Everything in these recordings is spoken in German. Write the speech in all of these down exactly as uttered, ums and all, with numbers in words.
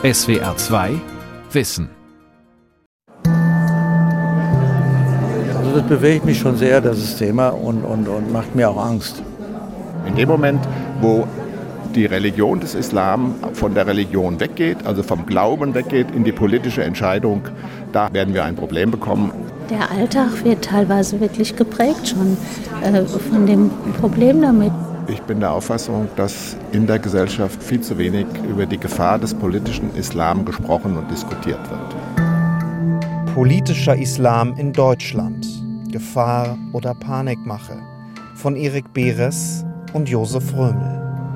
S W R zwei Wissen. Also das bewegt mich schon sehr, das Thema, und, und, und macht mir auch Angst. In dem Moment, wo die Religion des Islam von der Religion weggeht, also vom Glauben weggeht in die politische Entscheidung, da werden wir ein Problem bekommen. Der Alltag wird teilweise wirklich geprägt schon äh, von dem Problem damit. Ich bin der Auffassung, dass in der Gesellschaft viel zu wenig über die Gefahr des politischen Islam gesprochen und diskutiert wird. Politischer Islam in Deutschland. Gefahr oder Panikmache. Von Erik Beres und Josef Römel.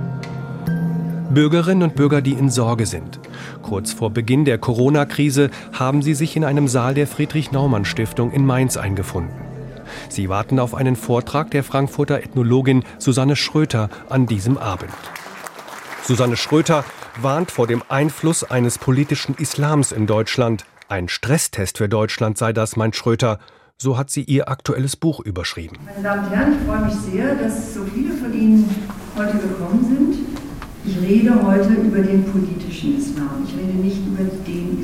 Bürgerinnen und Bürger, die in Sorge sind. Kurz vor Beginn der Corona-Krise haben sie sich in einem Saal der Friedrich-Naumann-Stiftung in Mainz eingefunden. Sie warten auf einen Vortrag der Frankfurter Ethnologin Susanne Schröter an diesem Abend. Susanne Schröter warnt vor dem Einfluss eines politischen Islams in Deutschland. Ein Stresstest für Deutschland sei das, meint Schröter. So hat sie ihr aktuelles Buch überschrieben. Meine Damen und Herren, ich freue mich sehr, dass so viele von Ihnen heute gekommen sind. Ich rede heute über den politischen Islam. Ich rede nicht über den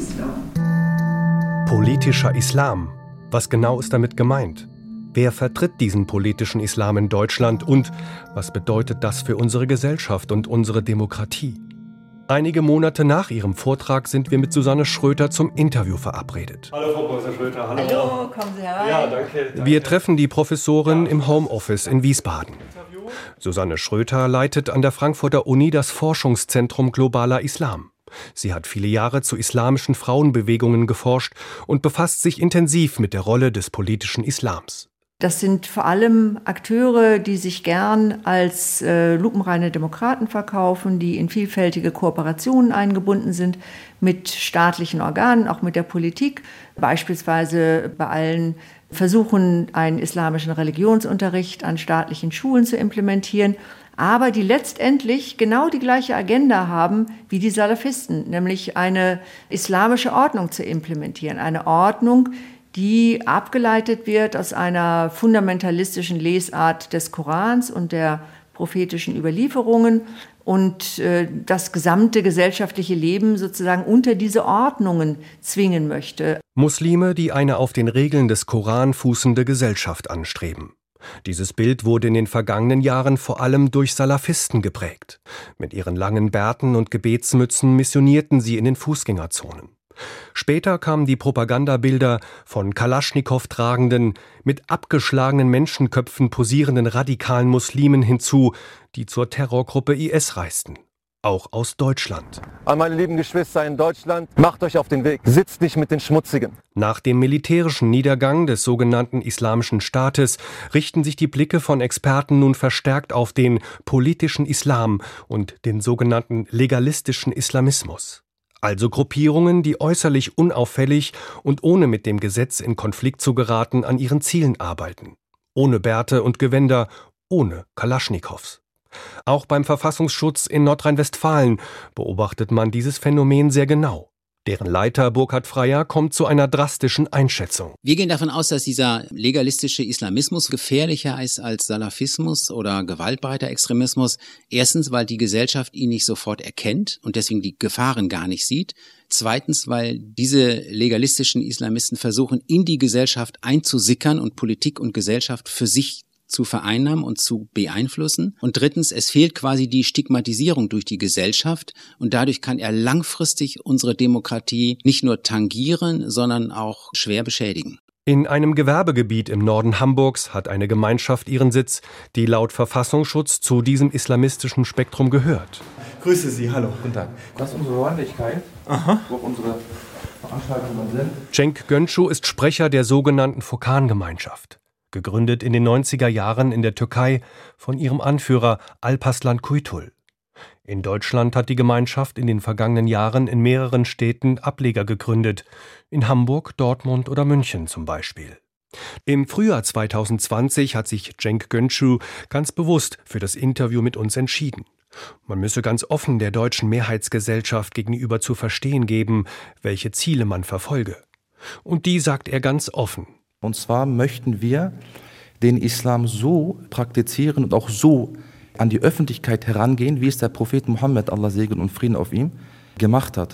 Islam. Politischer Islam. Was genau ist damit gemeint? Wer vertritt diesen politischen Islam in Deutschland und was bedeutet das für unsere Gesellschaft und unsere Demokratie? Einige Monate nach ihrem Vortrag sind wir mit Susanne Schröter zum Interview verabredet. Hallo Frau Professor Schröter, hallo. Hallo, kommen Sie herein. Ja, danke, danke. Wir treffen die Professorin im Homeoffice in Wiesbaden. Susanne Schröter leitet an der Frankfurter Uni das Forschungszentrum Globaler Islam. Sie hat viele Jahre zu islamischen Frauenbewegungen geforscht und befasst sich intensiv mit der Rolle des politischen Islams. Das sind vor allem Akteure, die sich gern als äh, lupenreine Demokraten verkaufen, die in vielfältige Kooperationen eingebunden sind mit staatlichen Organen, auch mit der Politik, beispielsweise bei allen Versuchen, einen islamischen Religionsunterricht an staatlichen Schulen zu implementieren, aber die letztendlich genau die gleiche Agenda haben wie die Salafisten, nämlich eine islamische Ordnung zu implementieren, eine Ordnung, die abgeleitet wird aus einer fundamentalistischen Lesart des Korans und der prophetischen Überlieferungen und äh, das gesamte gesellschaftliche Leben sozusagen unter diese Ordnungen zwingen möchte. Muslime, die eine auf den Regeln des Koran fußende Gesellschaft anstreben. Dieses Bild wurde in den vergangenen Jahren vor allem durch Salafisten geprägt. Mit ihren langen Bärten und Gebetsmützen missionierten sie in den Fußgängerzonen. Später kamen die Propagandabilder von Kalaschnikow-tragenden, mit abgeschlagenen Menschenköpfen posierenden radikalen Muslimen hinzu, die zur Terrorgruppe I S reisten. Auch aus Deutschland. An meine lieben Geschwister in Deutschland, macht euch auf den Weg, sitzt nicht mit den Schmutzigen. Nach dem militärischen Niedergang des sogenannten Islamischen Staates richten sich die Blicke von Experten nun verstärkt auf den politischen Islam und den sogenannten legalistischen Islamismus. Also Gruppierungen, die äußerlich unauffällig und ohne mit dem Gesetz in Konflikt zu geraten an ihren Zielen arbeiten. Ohne Bärte und Gewänder, ohne Kalaschnikows. Auch beim Verfassungsschutz in Nordrhein-Westfalen beobachtet man dieses Phänomen sehr genau. Deren Leiter Burkhard Freier kommt zu einer drastischen Einschätzung. Wir gehen davon aus, dass dieser legalistische Islamismus gefährlicher ist als Salafismus oder gewaltbereiter Extremismus. Erstens, weil die Gesellschaft ihn nicht sofort erkennt und deswegen die Gefahren gar nicht sieht. Zweitens, weil diese legalistischen Islamisten versuchen, in die Gesellschaft einzusickern und Politik und Gesellschaft für sich zu vereinnahmen und zu beeinflussen. Und drittens, es fehlt quasi die Stigmatisierung durch die Gesellschaft und dadurch kann er langfristig unsere Demokratie nicht nur tangieren, sondern auch schwer beschädigen. In einem Gewerbegebiet im Norden Hamburgs hat eine Gemeinschaft ihren Sitz, die laut Verfassungsschutz zu diesem islamistischen Spektrum gehört. Grüße Sie, hallo. Guten Tag. Das ist unsere Räumlichkeit, Aha. wo unsere Veranstaltungen sind. Cenk Göncü ist Sprecher der sogenannten Furkan-Gemeinschaft. Gegründet in den neunziger Jahren in der Türkei von ihrem Anführer Alparslan Kuytul. In Deutschland hat die Gemeinschaft in den vergangenen Jahren in mehreren Städten Ableger gegründet, in Hamburg, Dortmund oder München zum Beispiel. Im Frühjahr zweitausendzwanzig hat sich Cenk Göncü ganz bewusst für das Interview mit uns entschieden. Man müsse ganz offen der deutschen Mehrheitsgesellschaft gegenüber zu verstehen geben, welche Ziele man verfolge. Und die sagt er ganz offen. Und zwar möchten wir den Islam so praktizieren und auch so an die Öffentlichkeit herangehen, wie es der Prophet Mohammed, Allah Segen und Frieden auf ihm, gemacht hat.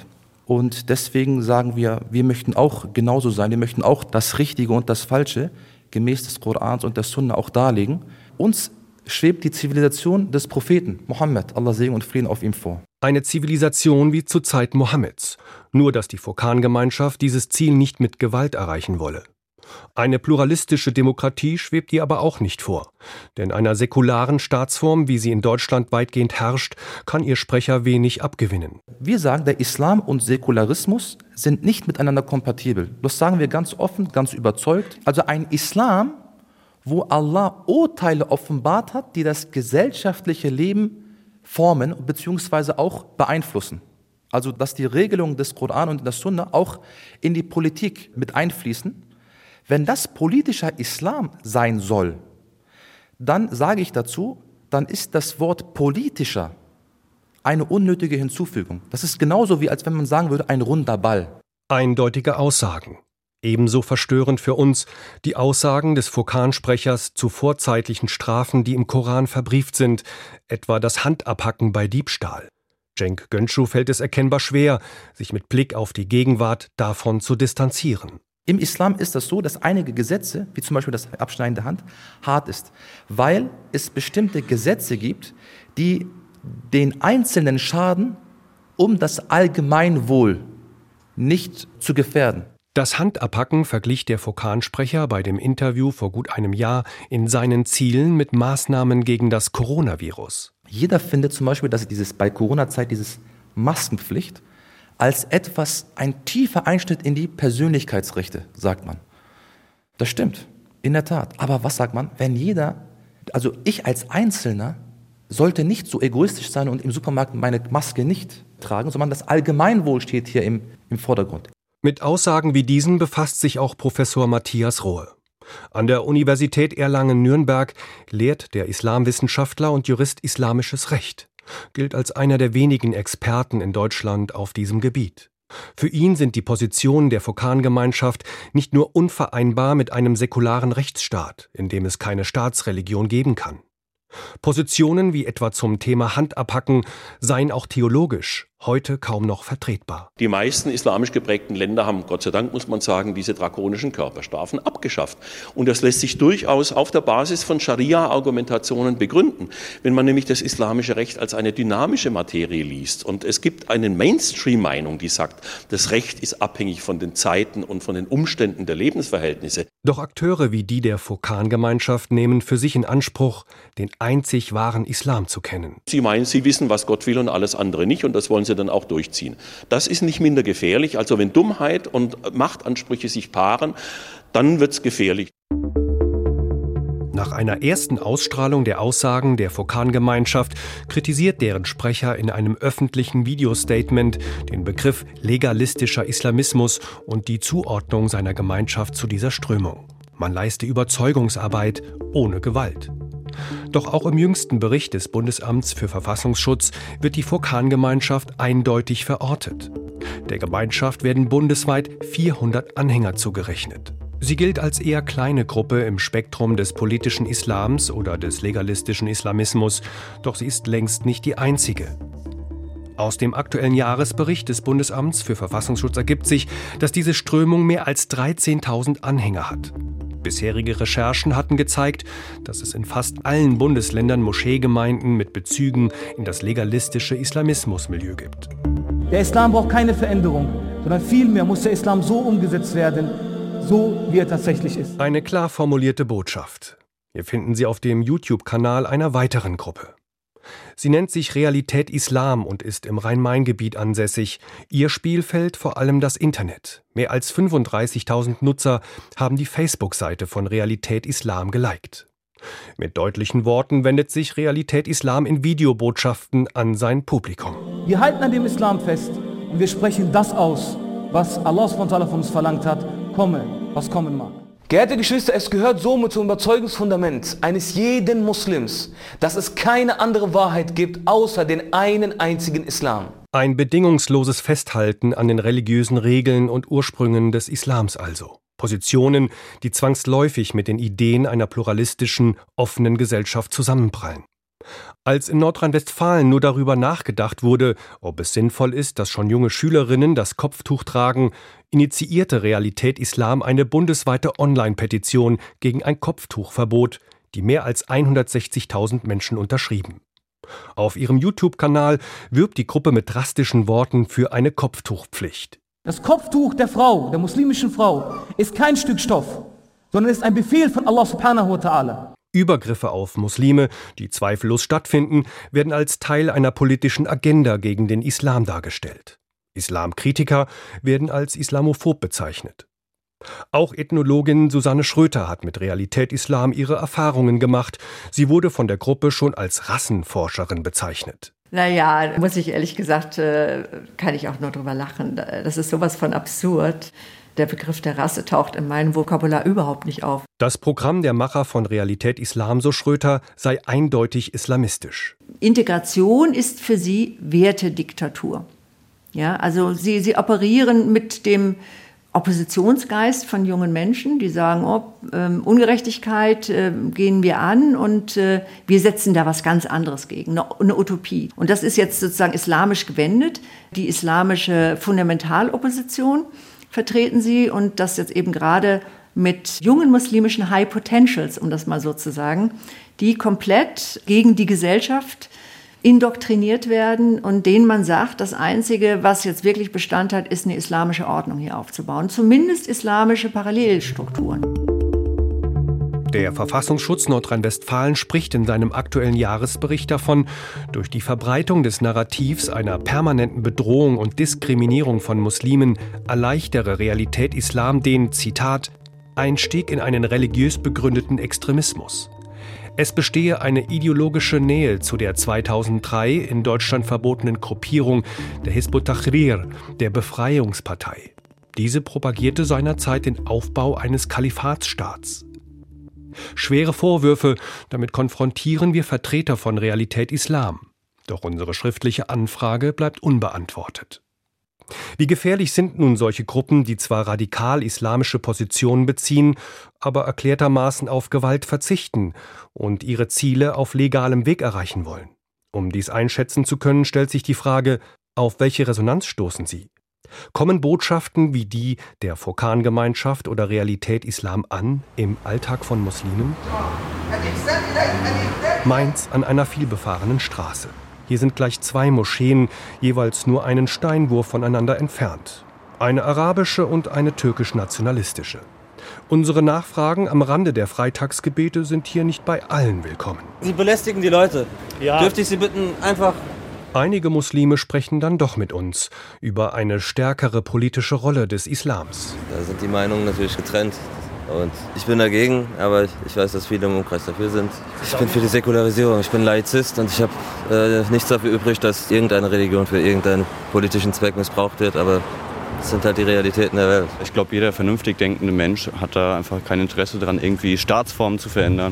Und deswegen sagen wir, wir möchten auch genauso sein, wir möchten auch das Richtige und das Falsche gemäß des Korans und der Sunna auch darlegen. Uns schwebt die Zivilisation des Propheten Mohammed, Allah Segen und Frieden auf ihm vor. Eine Zivilisation wie zur Zeit Mohammeds, nur dass die Furqan-Gemeinschaft dieses Ziel nicht mit Gewalt erreichen wolle. Eine pluralistische Demokratie schwebt ihr aber auch nicht vor, denn einer säkularen Staatsform, wie sie in Deutschland weitgehend herrscht, kann ihr Sprecher wenig abgewinnen. Wir sagen, der Islam und Säkularismus sind nicht miteinander kompatibel. Das sagen wir ganz offen, ganz überzeugt. Also ein Islam, wo Allah Urteile offenbart hat, die das gesellschaftliche Leben formen bzw. auch beeinflussen. Also dass die Regelungen des Koran und der Sunna auch in die Politik mit einfließen. Wenn das politischer Islam sein soll, dann sage ich dazu, dann ist das Wort politischer eine unnötige Hinzufügung. Das ist genauso wie als wenn man sagen würde, ein runder Ball. Eindeutige Aussagen. Ebenso verstörend für uns die Aussagen des Furqan-Sprechers zu vorzeitlichen Strafen, die im Koran verbrieft sind, etwa das Handabhacken bei Diebstahl. Cenk Göncü fällt es erkennbar schwer, sich mit Blick auf die Gegenwart davon zu distanzieren. Im Islam ist das so, dass einige Gesetze, wie zum Beispiel das Abschneiden der Hand, hart ist, weil es bestimmte Gesetze gibt, die den Einzelnen schaden, um das Allgemeinwohl nicht zu gefährden. Das Handabhacken verglich der Furqan-Sprecher bei dem Interview vor gut einem Jahr in seinen Zielen mit Maßnahmen gegen das Coronavirus. Jeder findet zum Beispiel, dass dieses bei Corona-Zeit dieses Maskenpflicht als etwas, ein tiefer Einschnitt in die Persönlichkeitsrechte, sagt man. Das stimmt, in der Tat. Aber was sagt man, wenn jeder, also ich als Einzelner, sollte nicht so egoistisch sein und im Supermarkt meine Maske nicht tragen, sondern das Allgemeinwohl steht hier im, im Vordergrund. Mit Aussagen wie diesen befasst sich auch Professor Matthias Rohe. An der Universität Erlangen-Nürnberg lehrt der Islamwissenschaftler und Jurist islamisches Recht, gilt als einer der wenigen Experten in Deutschland auf diesem Gebiet. Für ihn sind die Positionen der Furqan-Gemeinschaft nicht nur unvereinbar mit einem säkularen Rechtsstaat, in dem es keine Staatsreligion geben kann. Positionen wie etwa zum Thema Handabhacken seien auch theologisch heute kaum noch vertretbar. Die meisten islamisch geprägten Länder haben, Gott sei Dank muss man sagen, diese drakonischen Körperstrafen abgeschafft. Und das lässt sich durchaus auf der Basis von Scharia-Argumentationen begründen. Wenn man nämlich das islamische Recht als eine dynamische Materie liest und es gibt eine Mainstream-Meinung, die sagt, das Recht ist abhängig von den Zeiten und von den Umständen der Lebensverhältnisse. Doch Akteure wie die der Furqan-Gemeinschaft nehmen für sich in Anspruch, den einzig wahren Islam zu kennen. Sie meinen, sie wissen, was Gott will und alles andere nicht und das wollen sie dann auch durchziehen. Das ist nicht minder gefährlich. Also wenn Dummheit und Machtansprüche sich paaren, dann wird es gefährlich. Nach einer ersten Ausstrahlung der Aussagen der Furqan-Gemeinschaft kritisiert deren Sprecher in einem öffentlichen Videostatement den Begriff legalistischer Islamismus und die Zuordnung seiner Gemeinschaft zu dieser Strömung. Man leiste Überzeugungsarbeit ohne Gewalt. Doch auch im jüngsten Bericht des Bundesamts für Verfassungsschutz wird die Furqan-Gemeinschaft eindeutig verortet. Der Gemeinschaft werden bundesweit vierhundert Anhänger zugerechnet. Sie gilt als eher kleine Gruppe im Spektrum des politischen Islams oder des legalistischen Islamismus, doch sie ist längst nicht die einzige. Aus dem aktuellen Jahresbericht des Bundesamts für Verfassungsschutz ergibt sich, dass diese Strömung mehr als dreizehntausend Anhänger hat. Bisherige Recherchen hatten gezeigt, dass es in fast allen Bundesländern Moscheegemeinden mit Bezügen in das legalistische Islamismusmilieu gibt. Der Islam braucht keine Veränderung, sondern vielmehr muss der Islam so umgesetzt werden, so wie er tatsächlich ist. Eine klar formulierte Botschaft. Hier finden Sie auf dem YouTube-Kanal einer weiteren Gruppe. Sie nennt sich Realität Islam und ist im Rhein-Main-Gebiet ansässig. Ihr Spielfeld vor allem das Internet. Mehr als fünfunddreißigtausend Nutzer haben die Facebook-Seite von Realität Islam geliked. Mit deutlichen Worten wendet sich Realität Islam in Videobotschaften an sein Publikum. Wir halten an dem Islam fest und wir sprechen das aus, was Allah subhanahu wa ta'ala von uns verlangt hat, komme, was kommen mag. Geehrte Geschwister, es gehört somit zum Überzeugungsfundament eines jeden Muslims, dass es keine andere Wahrheit gibt, außer den einen einzigen Islam. Ein bedingungsloses Festhalten an den religiösen Regeln und Ursprüngen des Islams also. Positionen, die zwangsläufig mit den Ideen einer pluralistischen, offenen Gesellschaft zusammenprallen. Als in Nordrhein-Westfalen nur darüber nachgedacht wurde, ob es sinnvoll ist, dass schon junge Schülerinnen das Kopftuch tragen, initiierte Realität Islam eine bundesweite Online-Petition gegen ein Kopftuchverbot, die mehr als hundertsechzigtausend Menschen unterschrieben. Auf ihrem YouTube-Kanal wirbt die Gruppe mit drastischen Worten für eine Kopftuchpflicht. Das Kopftuch der Frau, der muslimischen Frau, ist kein Stück Stoff, sondern ist ein Befehl von Allah subhanahu wa ta'ala. Übergriffe auf Muslime, die zweifellos stattfinden, werden als Teil einer politischen Agenda gegen den Islam dargestellt. Islamkritiker werden als islamophob bezeichnet. Auch Ethnologin Susanne Schröter hat mit Realität Islam ihre Erfahrungen gemacht. Sie wurde von der Gruppe schon als Rassenforscherin bezeichnet. Naja, muss ich ehrlich gesagt, kann ich auch nur drüber lachen. Das ist sowas von absurd. Der Begriff der Rasse taucht in meinem Vokabular überhaupt nicht auf. Das Programm der Macher von Realität Islam, so Schröter, sei eindeutig islamistisch. Integration ist für sie Wertediktatur. Ja, also sie, sie operieren mit dem Oppositionsgeist von jungen Menschen, die sagen, oh, ähm, Ungerechtigkeit äh, gehen wir an und äh, wir setzen da was ganz anderes gegen, eine, eine Utopie. Und das ist jetzt sozusagen islamisch gewendet, die islamische Fundamentalopposition vertreten sie und das jetzt eben gerade mit jungen muslimischen High Potentials, um das mal so zu sagen, die komplett gegen die Gesellschaft indoktriniert werden und denen man sagt, das Einzige, was jetzt wirklich Bestand hat, ist eine islamische Ordnung hier aufzubauen, zumindest islamische Parallelstrukturen. Der Verfassungsschutz Nordrhein-Westfalen spricht in seinem aktuellen Jahresbericht davon, durch die Verbreitung des Narrativs einer permanenten Bedrohung und Diskriminierung von Muslimen erleichtere Realität Islam den, Zitat, Einstieg in einen religiös begründeten Extremismus. Es bestehe eine ideologische Nähe zu der zweitausenddrei in Deutschland verbotenen Gruppierung der Hizb ut-Tahrir, der Befreiungspartei. Diese propagierte seinerzeit den Aufbau eines Kalifatsstaats. Schwere Vorwürfe, damit konfrontieren wir Vertreter von Realität Islam. Doch unsere schriftliche Anfrage bleibt unbeantwortet. Wie gefährlich sind nun solche Gruppen, die zwar radikal islamische Positionen beziehen, aber erklärtermaßen auf Gewalt verzichten und ihre Ziele auf legalem Weg erreichen wollen? Um dies einschätzen zu können, stellt sich die Frage, auf welche Resonanz stoßen sie? Kommen Botschaften wie die der Furqan-Gemeinschaft oder Realität Islam an im Alltag von Muslimen? Mainz an einer vielbefahrenen Straße. Hier sind gleich zwei Moscheen, jeweils nur einen Steinwurf voneinander entfernt. Eine arabische und eine türkisch-nationalistische. Unsere Nachfragen am Rande der Freitagsgebete sind hier nicht bei allen willkommen. Sie belästigen die Leute. Ja. Dürfte ich Sie bitten, einfach... Einige Muslime sprechen dann doch mit uns über eine stärkere politische Rolle des Islams. Da sind die Meinungen natürlich getrennt. Und ich bin dagegen, aber ich weiß, dass viele im Umkreis dafür sind. Ich bin für die Säkularisierung, ich bin Laizist und ich habe äh, nichts dafür übrig, dass irgendeine Religion für irgendeinen politischen Zweck missbraucht wird, aber das sind halt die Realitäten der Welt. Ich glaube, jeder vernünftig denkende Mensch hat da einfach kein Interesse daran, irgendwie Staatsformen zu verändern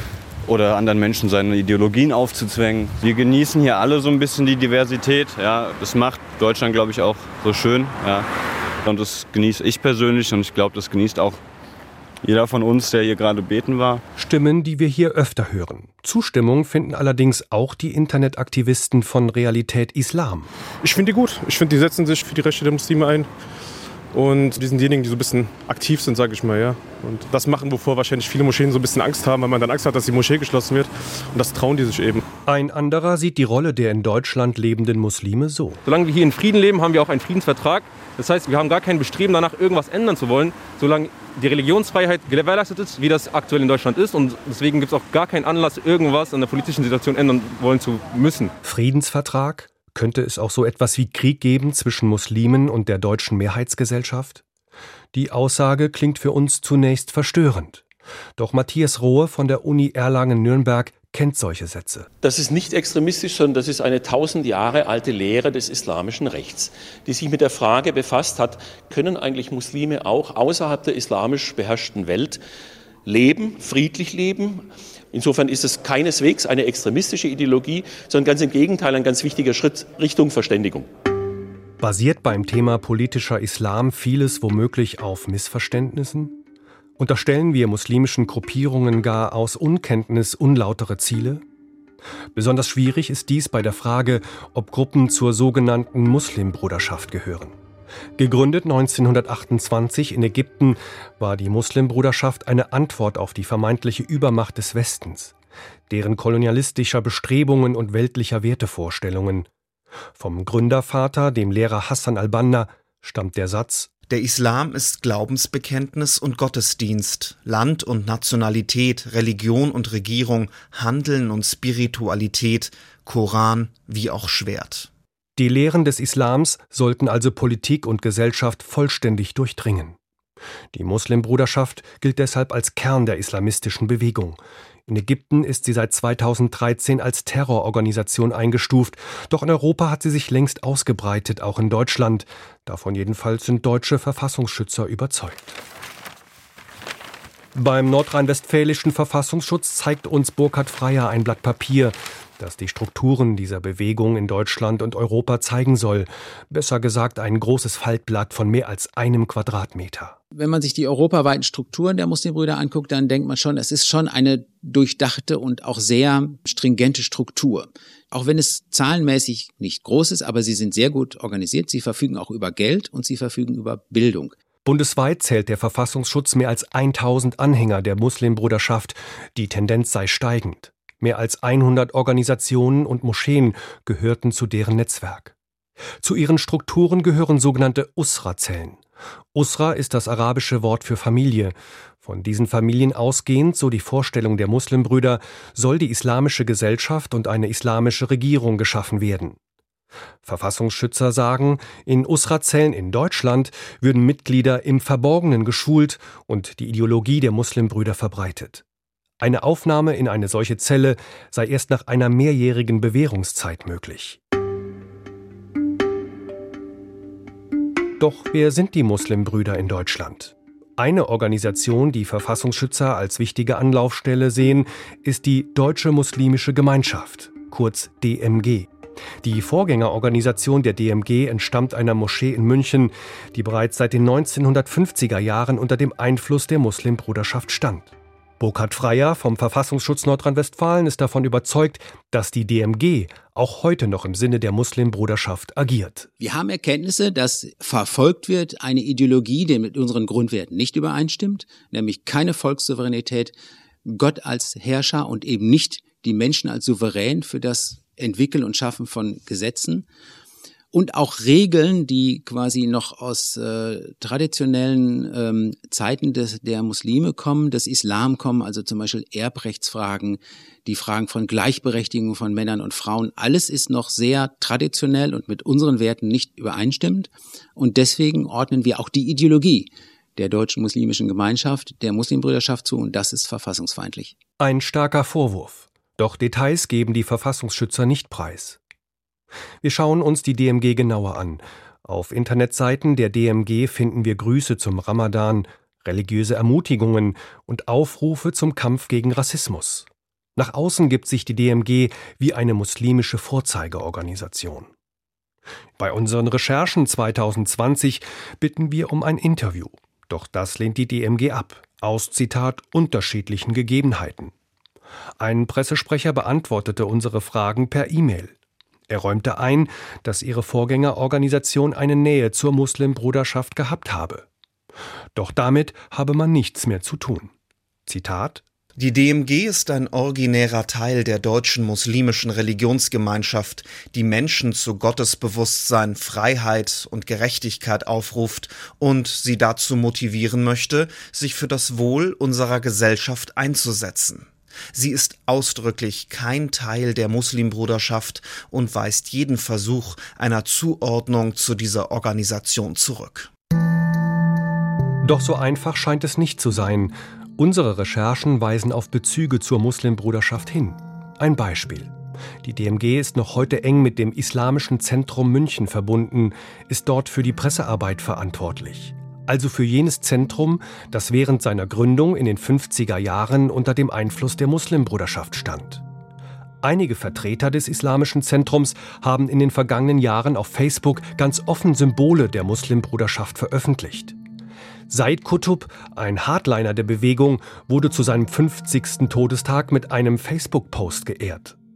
oder anderen Menschen seine Ideologien aufzuzwängen. Wir genießen hier alle so ein bisschen die Diversität. Ja, das macht Deutschland, glaube ich, auch so schön. Ja. Und das genieße ich persönlich und ich glaube, das genießt auch jeder von uns, der hier gerade beten war. Stimmen, die wir hier öfter hören. Zustimmung finden allerdings auch die Internetaktivisten von Realität Islam. Ich finde die gut. Ich finde, die setzen sich für die Rechte der Muslime ein. Und die sind diejenigen, die so ein bisschen aktiv sind, sage ich mal. Ja. Und das machen, wovor wahrscheinlich viele Moscheen so ein bisschen Angst haben, weil man dann Angst hat, dass die Moschee geschlossen wird. Und das trauen die sich eben. Ein anderer sieht die Rolle der in Deutschland lebenden Muslime so. Solange wir hier in Frieden leben, haben wir auch einen Friedensvertrag. Das heißt, wir haben gar kein Bestreben danach, irgendwas ändern zu wollen, solange die Religionsfreiheit gewährleistet ist, wie das aktuell in Deutschland ist. Und deswegen gibt es auch gar keinen Anlass, irgendwas an der politischen Situation ändern wollen zu müssen. Friedensvertrag? Könnte es auch so etwas wie Krieg geben zwischen Muslimen und der deutschen Mehrheitsgesellschaft? Die Aussage klingt für uns zunächst verstörend. Doch Matthias Rohe von der Uni Erlangen-Nürnberg kennt solche Sätze. Das ist nicht extremistisch, sondern das ist eine tausend Jahre alte Lehre des islamischen Rechts, die sich mit der Frage befasst hat, können eigentlich Muslime auch außerhalb der islamisch beherrschten Welt leben, friedlich leben? Insofern ist es keineswegs eine extremistische Ideologie, sondern ganz im Gegenteil ein ganz wichtiger Schritt Richtung Verständigung. Basiert beim Thema politischer Islam vieles womöglich auf Missverständnissen? Unterstellen wir muslimischen Gruppierungen gar aus Unkenntnis unlautere Ziele? Besonders schwierig ist dies bei der Frage, ob Gruppen zur sogenannten Muslimbruderschaft gehören. Gegründet neunzehnhundertachtundzwanzig in Ägypten, war die Muslimbruderschaft eine Antwort auf die vermeintliche Übermacht des Westens, deren kolonialistischer Bestrebungen und weltlicher Wertevorstellungen. Vom Gründervater, dem Lehrer Hassan al-Banna, stammt der Satz: Der Islam ist Glaubensbekenntnis und Gottesdienst, Land und Nationalität, Religion und Regierung, Handeln und Spiritualität, Koran wie auch Schwert. Die Lehren des Islams sollten also Politik und Gesellschaft vollständig durchdringen. Die Muslimbruderschaft gilt deshalb als Kern der islamistischen Bewegung. In Ägypten ist sie seit zweitausenddreizehn als Terrororganisation eingestuft, doch in Europa hat sie sich längst ausgebreitet, auch in Deutschland. Davon jedenfalls sind deutsche Verfassungsschützer überzeugt. Beim nordrhein-westfälischen Verfassungsschutz zeigt uns Burkhard Freier ein Blatt Papier, das die Strukturen dieser Bewegung in Deutschland und Europa zeigen soll. Besser gesagt ein großes Faltblatt von mehr als einem Quadratmeter. Wenn man sich die europaweiten Strukturen der Muslimbrüder anguckt, dann denkt man schon, es ist schon eine durchdachte und auch sehr stringente Struktur. Auch wenn es zahlenmäßig nicht groß ist, aber sie sind sehr gut organisiert. Sie verfügen auch über Geld und sie verfügen über Bildung. Bundesweit zählt der Verfassungsschutz mehr als tausend Anhänger der Muslimbruderschaft. Die Tendenz sei steigend. Mehr als hundert Organisationen und Moscheen gehörten zu deren Netzwerk. Zu ihren Strukturen gehören sogenannte Usra-Zellen. Usra ist das arabische Wort für Familie. Von diesen Familien ausgehend, so die Vorstellung der Muslimbrüder, soll die islamische Gesellschaft und eine islamische Regierung geschaffen werden. Verfassungsschützer sagen, in Usra-Zellen in Deutschland würden Mitglieder im Verborgenen geschult und die Ideologie der Muslimbrüder verbreitet. Eine Aufnahme in eine solche Zelle sei erst nach einer mehrjährigen Bewährungszeit möglich. Doch wer sind die Muslimbrüder in Deutschland? Eine Organisation, die Verfassungsschützer als wichtige Anlaufstelle sehen, ist die Deutsche Muslimische Gemeinschaft, kurz D M G. Die Vorgängerorganisation der D M G entstammt einer Moschee in München, die bereits seit den neunzehnhundertfünfziger Jahren unter dem Einfluss der Muslimbruderschaft stand. Burkhard Freier vom Verfassungsschutz Nordrhein-Westfalen ist davon überzeugt, dass die D M G auch heute noch im Sinne der Muslimbruderschaft agiert. Wir haben Erkenntnisse, dass verfolgt wird eine Ideologie, die mit unseren Grundwerten nicht übereinstimmt, nämlich keine Volkssouveränität, Gott als Herrscher und eben nicht die Menschen als Souverän für das Entwickeln und Schaffen von Gesetzen. Und auch Regeln, die quasi noch aus äh, traditionellen ähm, Zeiten des, der Muslime kommen, des Islam kommen, also zum Beispiel Erbrechtsfragen, die Fragen von Gleichberechtigung von Männern und Frauen. Alles ist noch sehr traditionell und mit unseren Werten nicht übereinstimmend. Und deswegen ordnen wir auch die Ideologie der Deutschen Muslimischen Gemeinschaft, der Muslimbrüderschaft zu, und das ist verfassungsfeindlich. Ein starker Vorwurf. Doch Details geben die Verfassungsschützer nicht preis. Wir schauen uns die D M G genauer an. Auf Internetseiten der D M G finden wir Grüße zum Ramadan, religiöse Ermutigungen und Aufrufe zum Kampf gegen Rassismus. Nach außen gibt sich die D M G wie eine muslimische Vorzeigeorganisation. Bei unseren Recherchen zweitausendzwanzig bitten wir um ein Interview. Doch das lehnt die D M G ab, aus, Zitat, unterschiedlichen Gegebenheiten. Ein Pressesprecher beantwortete unsere Fragen per E-Mail. Er räumte ein, dass ihre Vorgängerorganisation eine Nähe zur Muslimbruderschaft gehabt habe. Doch damit habe man nichts mehr zu tun. Zitat: Die D M G ist ein originärer Teil der deutschen muslimischen Religionsgemeinschaft, die Menschen zu Gottesbewusstsein, Freiheit und Gerechtigkeit aufruft und sie dazu motivieren möchte, sich für das Wohl unserer Gesellschaft einzusetzen. Sie ist ausdrücklich kein Teil der Muslimbruderschaft und weist jeden Versuch einer Zuordnung zu dieser Organisation zurück. Doch so einfach scheint es nicht zu sein. Unsere Recherchen weisen auf Bezüge zur Muslimbruderschaft hin. Ein Beispiel. Die D M G ist noch heute eng mit dem Islamischen Zentrum München verbunden, ist dort für die Pressearbeit verantwortlich. Also für jenes Zentrum, das während seiner Gründung in den fünfziger Jahren unter dem Einfluss der Muslimbruderschaft stand. Einige Vertreter des Islamischen Zentrums haben in den vergangenen Jahren auf Facebook ganz offen Symbole der Muslimbruderschaft veröffentlicht. Said Qutb, ein Hardliner der Bewegung, wurde zu seinem fünfzigsten Todestag mit einem Facebook-Post geehrt.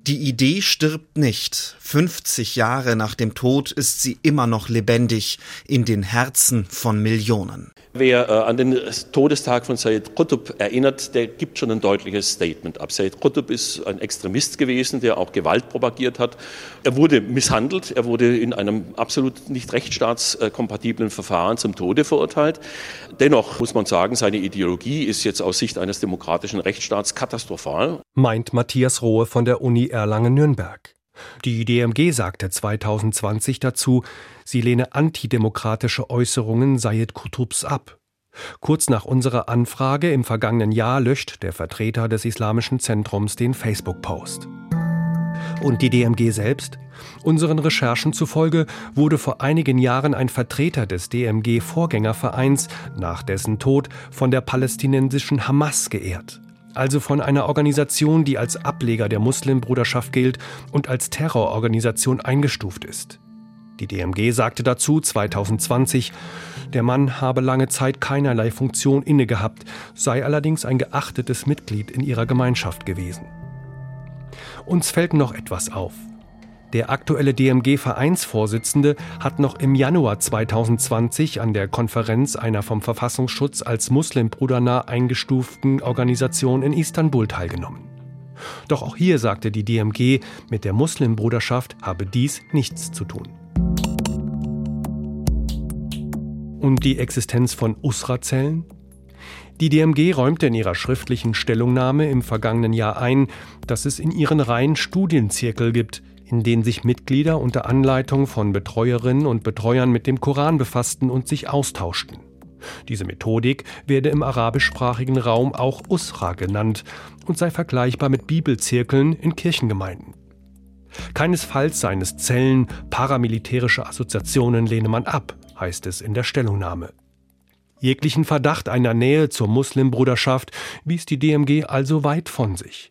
Die Idee stirbt nicht. fünfzig Jahre nach dem Tod ist sie immer noch lebendig in den Herzen von Millionen. Wer äh, an den Todestag von Sayyid Qutb erinnert, der gibt schon ein deutliches Statement ab. Sayyid Qutb ist ein Extremist gewesen, der auch Gewalt propagiert hat. Er wurde misshandelt, er wurde in einem absolut nicht rechtsstaatskompatiblen Verfahren zum Tode verurteilt. Dennoch muss man sagen, seine Ideologie ist jetzt aus Sicht eines demokratischen Rechtsstaats katastrophal. Meint Matthias Rohe von der Uni Erlangen-Nürnberg. Die D M G sagte zwanzig zwanzig dazu, sie lehne antidemokratische Äußerungen Sayyid Qutbs ab. Kurz nach unserer Anfrage im vergangenen Jahr löscht der Vertreter des Islamischen Zentrums den Facebook-Post. Und die D M G selbst? Unseren Recherchen zufolge wurde vor einigen Jahren ein Vertreter des D M G-Vorgängervereins nach dessen Tod von der palästinensischen Hamas geehrt. Also von einer Organisation, die als Ableger der Muslimbruderschaft gilt und als Terrororganisation eingestuft ist. Die D M G sagte dazu zwanzig zwanzig, der Mann habe lange Zeit keinerlei Funktion inne gehabt, sei allerdings ein geachtetes Mitglied in ihrer Gemeinschaft gewesen. Uns fällt noch etwas auf. Der aktuelle D M G-Vereinsvorsitzende hat noch im Januar zwanzig zwanzig an der Konferenz einer vom Verfassungsschutz als muslimbrudernah eingestuften Organisation in Istanbul teilgenommen. Doch auch hier sagte die D M G, mit der Muslimbruderschaft habe dies nichts zu tun. Und die Existenz von Usra-Zellen? Die D M G räumte in ihrer schriftlichen Stellungnahme im vergangenen Jahr ein, dass es in ihren Reihen Studienzirkel gibt, in denen sich Mitglieder unter Anleitung von Betreuerinnen und Betreuern mit dem Koran befassten und sich austauschten. Diese Methodik werde im arabischsprachigen Raum auch Usra genannt und sei vergleichbar mit Bibelzirkeln in Kirchengemeinden. Keinesfalls seien es Zellen, paramilitärische Assoziationen lehne man ab, heißt es in der Stellungnahme. Jeglichen Verdacht einer Nähe zur Muslimbruderschaft wies die D M G also weit von sich.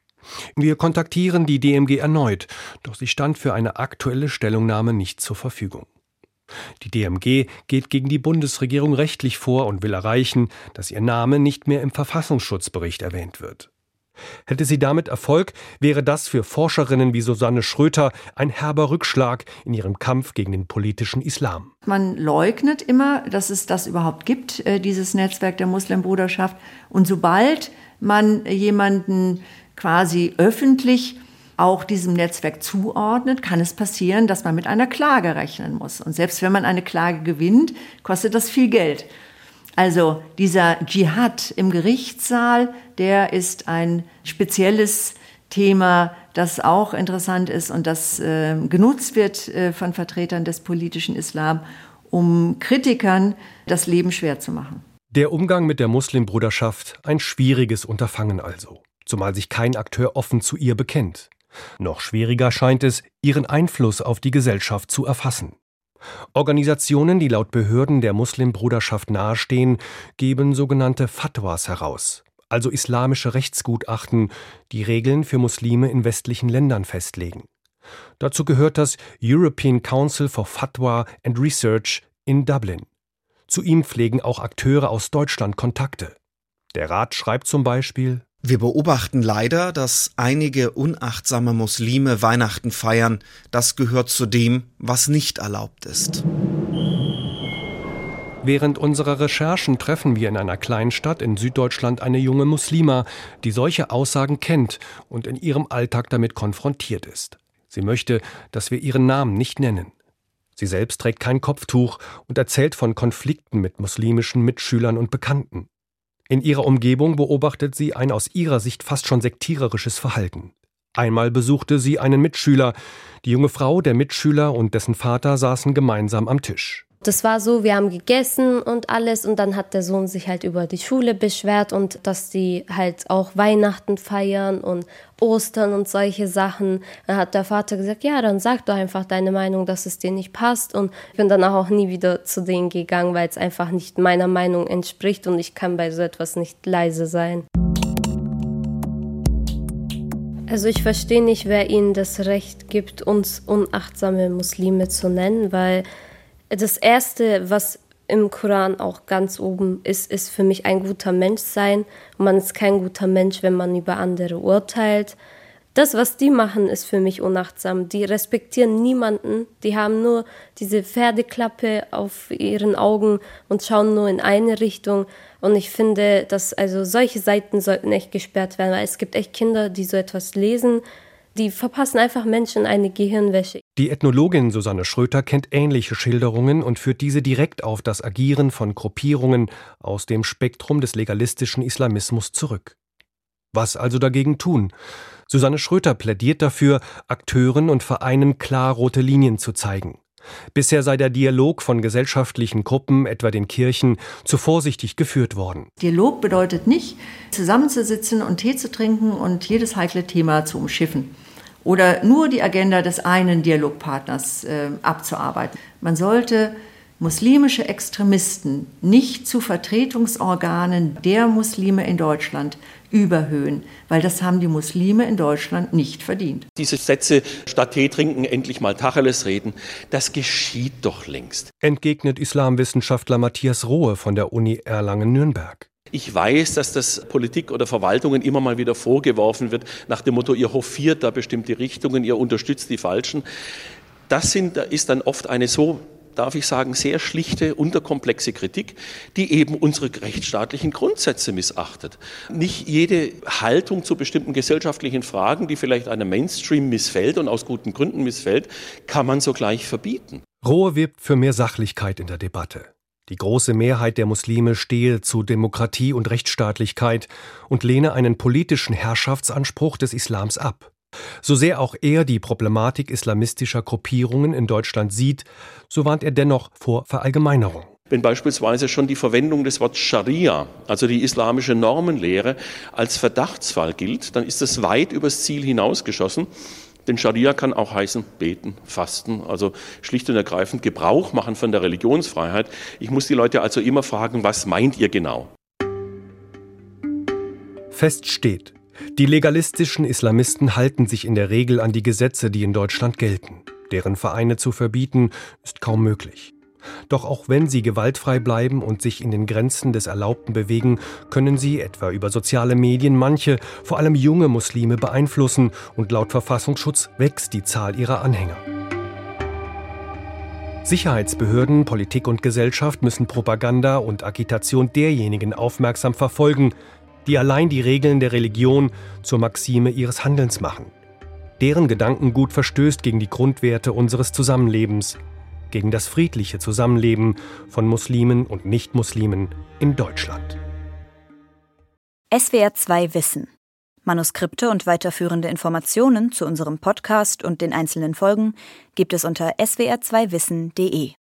Wir kontaktieren die D M G erneut, doch sie stand für eine aktuelle Stellungnahme nicht zur Verfügung. Die D M G geht gegen die Bundesregierung rechtlich vor und will erreichen, dass ihr Name nicht mehr im Verfassungsschutzbericht erwähnt wird. Hätte sie damit Erfolg, wäre das für Forscherinnen wie Susanne Schröter ein herber Rückschlag in ihrem Kampf gegen den politischen Islam. Man leugnet immer, dass es das überhaupt gibt, dieses Netzwerk der Muslimbruderschaft. Und sobald man jemanden quasi öffentlich auch diesem Netzwerk zuordnet, kann es passieren, dass man mit einer Klage rechnen muss. Und selbst wenn man eine Klage gewinnt, kostet das viel Geld. Also dieser Dschihad im Gerichtssaal, der ist ein spezielles Thema, das auch interessant ist und das äh, genutzt wird äh, von Vertretern des politischen Islam, um Kritikern das Leben schwer zu machen. Der Umgang mit der Muslimbruderschaft ein schwieriges Unterfangen also, zumal sich kein Akteur offen zu ihr bekennt. Noch schwieriger scheint es, ihren Einfluss auf die Gesellschaft zu erfassen. Organisationen, die laut Behörden der Muslimbruderschaft nahestehen, geben sogenannte Fatwas heraus, also islamische Rechtsgutachten, die Regeln für Muslime in westlichen Ländern festlegen. Dazu gehört das European Council for Fatwa and Research in Dublin. Zu ihm pflegen auch Akteure aus Deutschland Kontakte. Der Rat schreibt zum Beispiel: Wir beobachten leider, dass einige unachtsame Muslime Weihnachten feiern. Das gehört zu dem, was nicht erlaubt ist. Während unserer Recherchen treffen wir in einer kleinen Stadt in Süddeutschland eine junge Muslima, die solche Aussagen kennt und in ihrem Alltag damit konfrontiert ist. Sie möchte, dass wir ihren Namen nicht nennen. Sie selbst trägt kein Kopftuch und erzählt von Konflikten mit muslimischen Mitschülern und Bekannten. In ihrer Umgebung beobachtet sie ein aus ihrer Sicht fast schon sektiererisches Verhalten. Einmal besuchte sie einen Mitschüler. Die junge Frau, der Mitschüler und dessen Vater saßen gemeinsam am Tisch. Das war so, wir haben gegessen und alles und dann hat der Sohn sich halt über die Schule beschwert und dass die halt auch Weihnachten feiern und Ostern und solche Sachen. Dann hat der Vater gesagt, ja, dann sag doch einfach deine Meinung, dass es dir nicht passt, und ich bin danach auch nie wieder zu denen gegangen, weil es einfach nicht meiner Meinung entspricht und ich kann bei so etwas nicht leise sein. Also ich verstehe nicht, wer ihnen das Recht gibt, uns unachtsame Muslime zu nennen, weil das Erste, was im Koran auch ganz oben ist, ist für mich ein guter Mensch sein. Und man ist kein guter Mensch, wenn man über andere urteilt. Das, was die machen, ist für mich unachtsam. Die respektieren niemanden. Die haben nur diese Pferdeklappe auf ihren Augen und schauen nur in eine Richtung. Und ich finde, dass also solche Seiten sollten echt gesperrt werden, weil es gibt echt Kinder, die so etwas lesen. Die verpassen einfach Menschen eine Gehirnwäsche. Die Ethnologin Susanne Schröter kennt ähnliche Schilderungen und führt diese direkt auf das Agieren von Gruppierungen aus dem Spektrum des legalistischen Islamismus zurück. Was also dagegen tun? Susanne Schröter plädiert dafür, Akteuren und Vereinen klar rote Linien zu zeigen. Bisher sei der Dialog von gesellschaftlichen Gruppen, etwa den Kirchen, zu vorsichtig geführt worden. Dialog bedeutet nicht, zusammenzusitzen und Tee zu trinken und jedes heikle Thema zu umschiffen oder nur die Agenda des einen Dialogpartners äh, abzuarbeiten. Man sollte muslimische Extremisten nicht zu Vertretungsorganen der Muslime in Deutschland überhöhen, weil das haben die Muslime in Deutschland nicht verdient. Diese Sätze, statt Tee trinken, endlich mal Tacheles reden, das geschieht doch längst. Entgegnet Islamwissenschaftler Matthias Rohe von der Uni Erlangen-Nürnberg. Ich weiß, dass das Politik oder Verwaltungen immer mal wieder vorgeworfen wird, nach dem Motto, ihr hofiert da bestimmte Richtungen, ihr unterstützt die Falschen. Das sind, ist dann oft eine so, darf ich sagen, sehr schlichte, unterkomplexe Kritik, die eben unsere rechtsstaatlichen Grundsätze missachtet. Nicht jede Haltung zu bestimmten gesellschaftlichen Fragen, die vielleicht einem Mainstream missfällt und aus guten Gründen missfällt, kann man sogleich verbieten. Rohe wirbt für mehr Sachlichkeit in der Debatte. Die große Mehrheit der Muslime stehe zu Demokratie und Rechtsstaatlichkeit und lehne einen politischen Herrschaftsanspruch des Islams ab. So sehr auch er die Problematik islamistischer Gruppierungen in Deutschland sieht, so warnt er dennoch vor Verallgemeinerung. Wenn beispielsweise schon die Verwendung des Wortes Scharia, also die islamische Normenlehre, als Verdachtsfall gilt, dann ist das weit übers Ziel hinausgeschossen. Denn Scharia kann auch heißen beten, fasten, also schlicht und ergreifend Gebrauch machen von der Religionsfreiheit. Ich muss die Leute also immer fragen, was meint ihr genau? Fest steht: Die legalistischen Islamisten halten sich in der Regel an die Gesetze, die in Deutschland gelten. Deren Vereine zu verbieten, ist kaum möglich. Doch auch wenn sie gewaltfrei bleiben und sich in den Grenzen des Erlaubten bewegen, können sie, etwa über soziale Medien, manche, vor allem junge Muslime beeinflussen und laut Verfassungsschutz wächst die Zahl ihrer Anhänger. Sicherheitsbehörden, Politik und Gesellschaft müssen Propaganda und Agitation derjenigen aufmerksam verfolgen, die allein die Regeln der Religion zur Maxime ihres Handelns machen. Deren Gedankengut verstößt gegen die Grundwerte unseres Zusammenlebens, gegen das friedliche Zusammenleben von Muslimen und Nichtmuslimen in Deutschland. S W R zwei Wissen. Manuskripte und weiterführende Informationen zu unserem Podcast und den einzelnen Folgen gibt es unter s w r zwei wissen punkt d e.